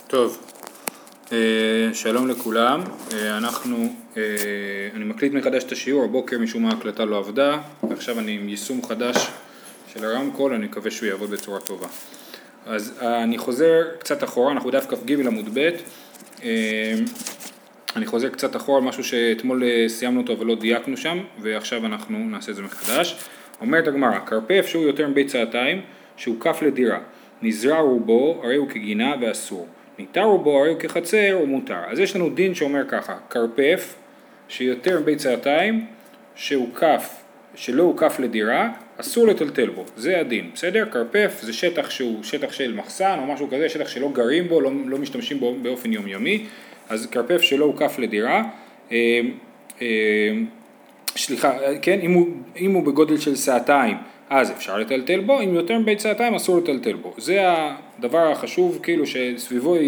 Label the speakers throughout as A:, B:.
A: טוב, שלום לכולם, אני מקליט מחדש את השיעור, הבוקר משום מה ההקלטה לא עבדה, ועכשיו אני עם יישום חדש של הרמקול, אני מקווה שהוא יעבוד בצורה טובה. אז אני חוזר קצת אחורה, אנחנו דף כ"ג עמוד ב', אני חוזר קצת אחורה על משהו שאתמול סיימנו אותו אבל לא דייקנו שם, ועכשיו אנחנו נעשה את זה מחדש. אומרת הגמרא, קרפף שהוא יותר מבית צעתיים, שהוא כף לדירה, נזרע רובו הרי הוא כגינה ואסור, ניתר רובו הרי הוא כחצר ומותר. אז יש לנו דין שאומר ככה, קרפף שיותר מבית צעתיים, שהוא כף, שלא הוא כף לדירה, אסור לטלטל בו, זה הדין, בסדר? קרפף זה שטח שהוא שטח של מחסן או משהו כזה, שטח שלא גרים בו, לא משתמשים בו באופן יומיומי, אז קרפף שלא הוא כף לדירה, כן, אם הוא בגודל של שעתיים, אז אפשר לטלטל בו, אם יותר מבית שעתיים אסור לטלטל בו. זה הדבר החשוב, כאילו שסביבו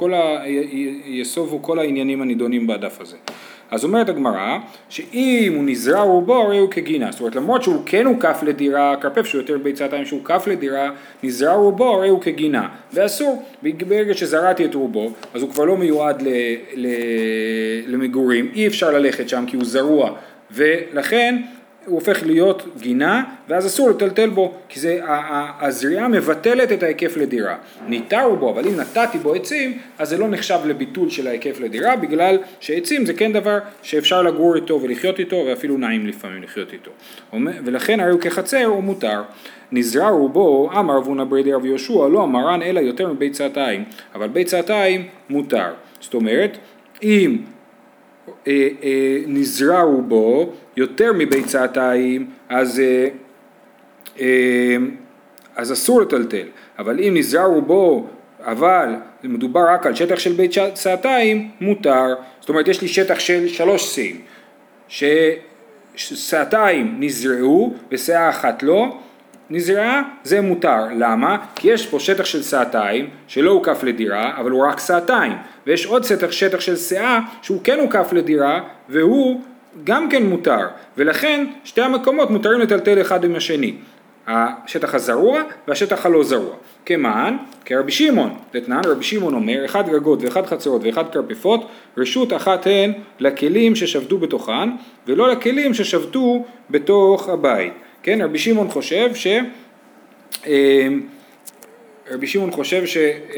A: יסובו כל העניינים הנידונים בדף הזה. אז אומרת הגמרא, שאם הוא נזרע רובו הרי הוא כגינה, זאת אומרת למרות שהוא כן הוא כף לדירה, קרפף שהוא יותר מבית שעתיים שהוא כף לדירה, נזרע רובו הרי הוא כגינה, ואסור, ברגע שזרעתי את רובו, אז הוא כבר לא מיועד למגורים, אי אפשר ללכת שם כי הוא זרוע, ולכן הוא הופך להיות גינה, ואז אסור לטלטל בו, כי הזריעה מבטלת את ההיקף לדירה. ניתר בו, אבל אם נתתי בו עצים, אז זה לא נחשב לביטול של ההיקף לדירה, בגלל שעצים זה כן דבר שאפשר לגור איתו ולחיות איתו, ואפילו נעים לפעמים לחיות איתו. ולכן הרי הוא כחצר הוא מותר. נזרע רובו, אמר רב הונא ברי דרבי יהושע, לא אמרן אלא יותר מבית שעתיים, אבל בית שעתיים מותר. זאת אומרת, אם נזרע רובו יותר מבית שעתיים, אז אסור לטלטל. אבל אם נזרע רובו, אבל מדובר רק על שטח של בית שעתיים, מותר. זאת אומרת, יש לי שטח של 3 שאים, ששעתיים נזרעו ושאה אחת לא נזרעה, זה מותר. למה? כי יש פה שטח של שעתיים שלא הוקף לדירה, אבל הוא רק שעתיים, ויש עוד שטח של שאה שהוא כן הוקף לדירה, והוא גם כן מותר, ולכן שתי המקומות מותרים לטלטל אחד עם השני, השטח הזרוע והשטח הלא זרוע. כמען, כרבי שמעון, לתנן רבי שמעון אומר, 1 גגות ו1 חצרות ו1 קרפפות, רשות אחת הן לכלים ששבתו בתוכן, ולא לכלים ששבתו בתוך הבית. כן, רבי שמעון חושב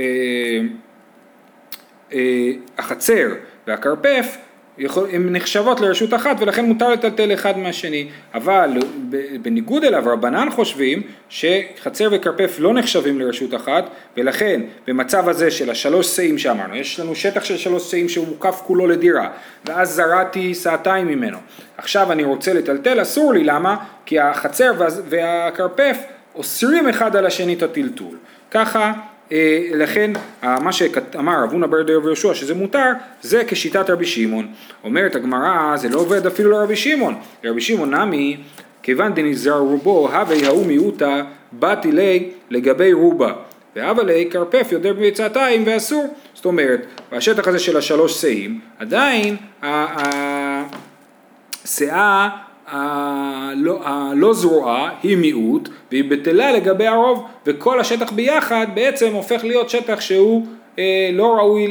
A: החצר והקרפף הן נחשבות לרשות אחת ולכן מותר לטלטל אחד מהשני, אבל בניגוד אליו רבנן חושבים שחצר וקרפף לא נחשבים לרשות אחת, ולכן במצב הזה של 3 שאים שאמרנו, יש לנו שטח של 3 שאים שהוא מוקף כולו לדירה, ואז זרעתי שעתיים ממנו, עכשיו אני רוצה לטלטל, אסור לי. למה? כי החצר והקרפף אוסרים אחד על השני את הטלטול. ככה לכן מה שאמר רב הונא ברי דרבי יהושע שזה מותר, זה כשיטת רבי שמעון. אומרת הגמרא, זה לא עובד אפילו לרבי שמעון. רבי שמעון נמי, כיוון דנזרע רובו, הווי ההוא מיעוטה, באתי לי לגבי רובה, והווה לי קרפף יותר מבית שעתיים ואסור. זאת אומרת, בשטח הזה של 3 שאים, עדיין השאה הלא זרועה היא מיעוט, והיא בטלה לגבי הרוב, וכל השטח ביחד בעצם הופך להיות שטח שהוא לא ראוי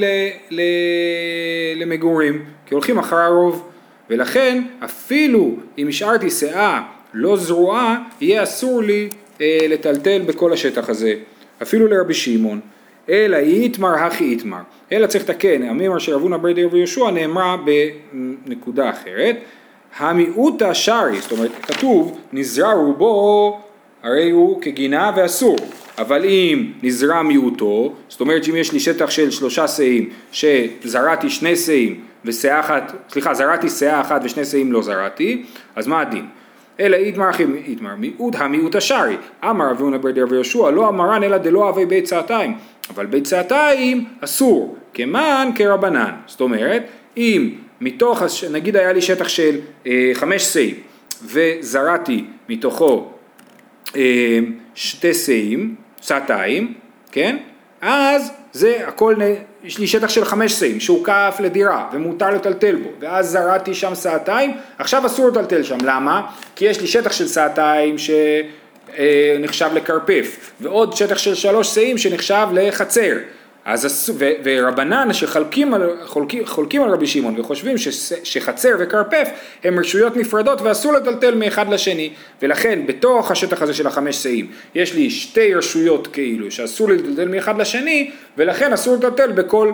A: למגורים, כי הולכים אחרי הרוב, ולכן אפילו אם השארתי שאה לא זרועה, יהיה אסור לי לטלטל בכל השטח הזה, אפילו לרבי שמעון. אלא יתמר הכי יתמר, אלא צריך לתקן, המימר של רב הונא ברי דרבי יהושע נאמרה בנקודה אחרת, המיעוט השרי, זאת אומרת כתוב נזרע רובו הרי הוא כגינה ואסור, אבל אם נזרע מיעוטו, זאת אומרת שאם יש לי שטח של 3 שאים שזרעתי 2 שאים ושאה אחת, סליחה, זרעתי שאה אחת ו2 שאים לא זרעתי, אז מה הדין? אלא יתמר אחי יתמר, המיעוט השרי, אמר רב הונא ברי דרבי יהושע, לא אמרן אלא דלא הווי בית שעתיים, אבל בית שעתיים אסור, כמען כרבנן. זאת אומרת, אם מתוך, נגיד היה לי שטח של 5 שאים, וזרעתי מתוכו 2 שאים, שעתיים, כן? אז זה הכל, יש לי שטח של 5 שאים, שהוא כף לדירה, ומותר לטלטל בו, ואז זרעתי שם שעתיים, עכשיו אסור לטלטל שם. למה? כי יש לי שטח של שעתיים שנחשב לקרפף, ועוד שטח של 3 שאים שנחשב לחצר. ורבנן שחולקים על רבי שמעון וחושבים שחצר וקרפף הם רשויות נפרדות ואסור לטלטל מאחד לשני, ולכן בתוך השטח הזה של 5 שאים יש לי 2 רשויות כאילו שאסור לטלטל מאחד לשני, ולכן אסור לטלטל בכל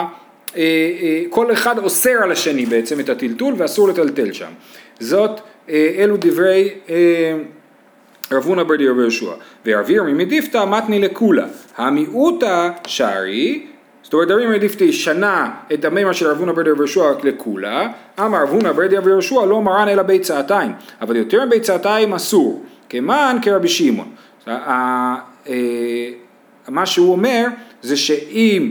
A: כל אחד אוסר על השני בעצם את הטלטול ואסור לטלטל שם. זאת אלו דברי רב הונא בר דרבי יהושע. ורב ירמי מדיפתא מתני לכולה המיעוטה שערי, זאת אומרת רב ירמי מדיפתא שנה את המימר של רב הונא בר דרבי יהושע לכולה. אמר רב הונא בר דרבי יהושע לא מרן אלא ביצעתיים, אבל יותר מביצעתיים אסור, כמן כרבי שמעון. מה שהוא אומר זה שאם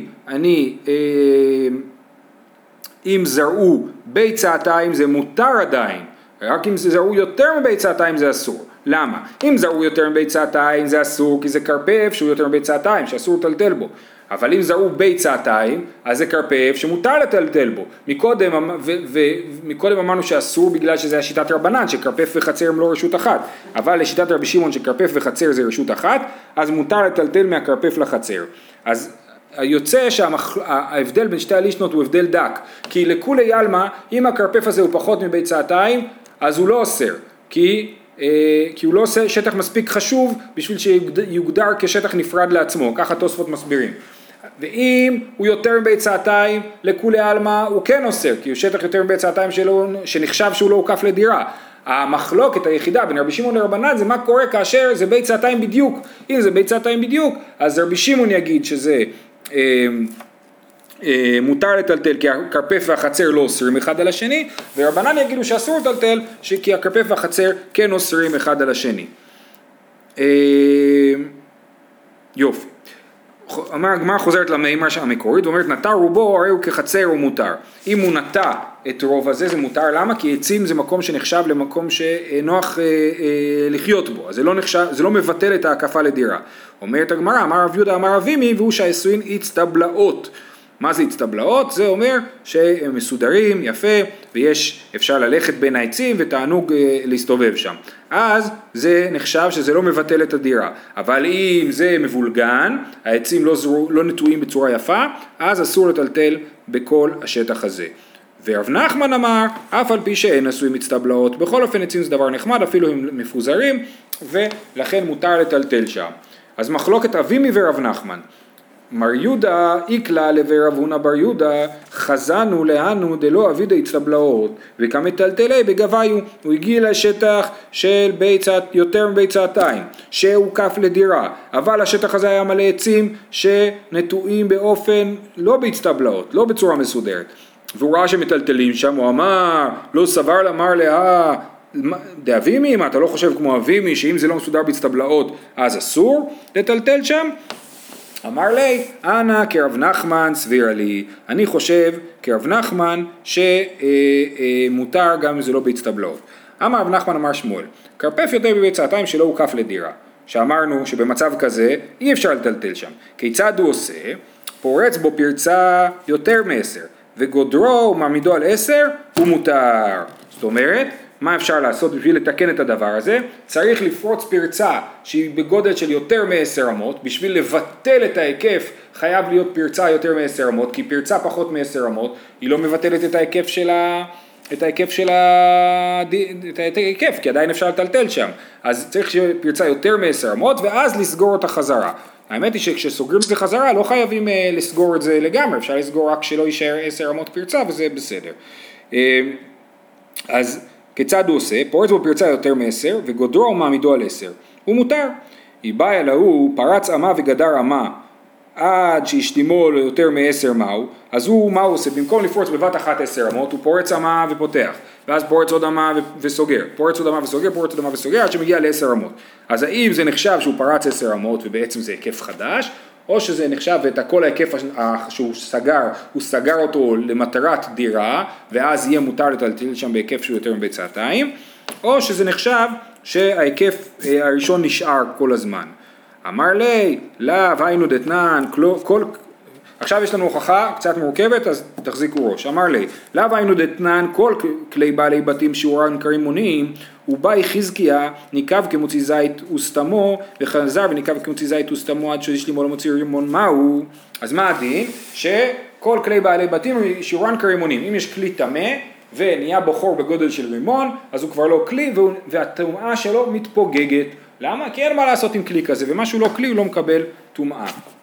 A: אם זרעו ביצעתיים זה מותר עדיין, רק אם זרעו יותר מביצעתיים זה אסור. למה? אם זרעו יותר מביצעתיים זה אסור כי זה קרפף שהוא יותר מביצעתיים שאסור לטלטל בו, אבל אם זרעו ביצעתיים אז זה קרפף שמותר לטלטל בו. מקודם אמרנו שאסור בגלל שזה השיטת רבנן שקרפף וחצר הם לא רשות אחת, אבל לשיטת רבי שמעון שקרפף וחצר זה רשות אחת, אז מותר לטלטל מהקרפף לחצר. אז יוצא שההבדל בין שתי הלישנות הוא הבדל דק, כי לכולי עלמא אם הקרפף הזה הוא פחות מביצעתיים אז הוא לא אוסר, כי הוא לא עושה שטח מספיק חשוב בשביל שיוגדר כשטח נפרד לעצמו, ככה תוספות מסבירים. ואם הוא יותר מביצעתיים לכולי עלמא הוא כן אוסר, כי הוא שטח יותר מביצעתיים שנחשב שהוא לא הוקף לדירה. המחלוקת היחידה בין רבי שמעון לרבנן זה מה קורה כאשר זה ביצעתיים בדיוק. אם זה ביצעתיים בדיוק אז רבי שמעון יגיד שזה מותר לטלטל כי הקרפף והחצר לא אוסרים אחד על השני, ורבנן יגידו שאסור לטלטל כי הקרפף והחצר כן אוסרים אחד על השני. יופי. הגמרא חוזרת למימר המקורית ואומרת נטע רובו הרי הוא כחצר הוא מותר. אם הוא נטע את רוב הזה זה מותר, למה? כי עצים זה מקום שנחשב למקום שנוח לחיות בו, אז זה לא מבטל את ההקפה לדירה. אומרת הגמרא אמר רב יהודה אמר רב ימי והוא שהעשרין הצטבלאות. מה זה הצטבלאות? זה אומר שהם מסודרים יפה אפשר ללכת בין העצים ותענוג להסתובב שם, אז זה נחשב שזה לא מבטל את הדירה. אבל אם זה מבולגן, העצים לא נטועים בצורה יפה, אז אסור לטלטל בכל השטח הזה. ורב נחמן אמר אף על פי שאין עשויים מצטבלאות, בכל אופן עצים זה דבר נחמד אפילו הם מפוזרים ולכן מותר לטלטל שם. אז מחלוקת אבימי ורב נחמן. מר יהודה איקלה לברב הונא בר יהודה חזנו להנו דלא אבידה הצטבלאות וכמטלטלי בגביו. הוא הגיע לשטח של יותר מביצעתיים שהוקף לדירה, אבל השטח הזה היה מלא עצים שנטועים באופן לא בהצטבלאות, לא בצורה מסודרת, והוא ראה שמטלטלים שם. הוא אמר לא סבר למר לה דאבימי, מה אתה לא חושב כמו אבימי שאם זה לא מסודר בהצטבלאות אז אסור לטלטל שם? אמר לי, אנא כרב נחמן סבירה לי, אני חושב כרב נחמן שמותר גם אם זה לא בהצטבלאות. אמר רב נחמן אמר שמואל, קרפף יותר בביצעתיים שלא הוקף לדירה, שאמרנו שבמצב כזה אי אפשר לטלטל שם. כיצד הוא עושה? פורץ בו פרצה יותר מ10 וגודרו ומעמידו על 10 הוא מותר. זאת אומרת, מה אפשר לעשות בשביל לתקן את הדבר הזה? צריך לפרוץ פרצה שהיא בגודל של יותר מ10 אמות, בשביל לבטל את ההיקף חייב להיות פרצה יותר מ10 אמות, כי פרצה פחות מ10 אמות היא לא מבטלת את ההיקף כי עדיין אפשר לטלטל שם, אז צריך שיהיה פרצה יותר מ10 אמות ואז לסגור אותה חזרה. האמת היא שכשסוגרים את זה חזרה לא חייבים לסגור את זה לגמרי, אפשר לסגור רק שלא יישאר 10 אמות פרצה וזה בסדר. אז כיצד הוא עושה? פורץ בו פרצה יותר מ10 וגודרו מעמידו על 10 הוא מותר. איבאי אלוהו פרץ אמה וגדר אמה עד שהשתימו לו יותר מ10 מהו, אז מה הוא עושה? במקום לפרוץ בבת אחת 10 אמות הוא פורץ אמה ופותח, ואז פורץ עוד אמה וסוגר, פורץ עוד אמה וסוגר, פורץ עוד אמה וסוגר עד שמגיע ל10 אמות. אז האם זה נחשב שהוא פרץ 10 אמות ובעצם זה היקף חדש, או שזה נחשב את כל ההיקף שהוא סגר, הוא סגר אותו למטרת דירה, ואז יהיה מותר לטלטל שם בהיקף שהוא יותר מביצעתיים, או שזה נחשב שההיקף הראשון נשאר כל הזמן. אמר לי, לאו היינו דתנן, עכשיו יש לנו הוכחה קצת מורכבת, אז תחזיקו ראש. אמר לי, לאו היינו דתנן כל כלי בעלי בתים שיעורן כרימוניים, ובאי חזקיה ניקב כמוציא זית וסתמו, וחזר וניקב כמוציא זית וסתמו עד שישלימו למוציא רימון מהו. אז מה הדין? שכל כלי בעלי בתים שיעורן כרימונים. אם יש כלי טמא ונהיה בחור בגודל של רימון, אז הוא כבר לא כלי והטומאה שלו מתפוגגת. למה? כי אין מה לעשות עם כלי כזה, ומשהו לא כלי הוא לא מקבל טומאה.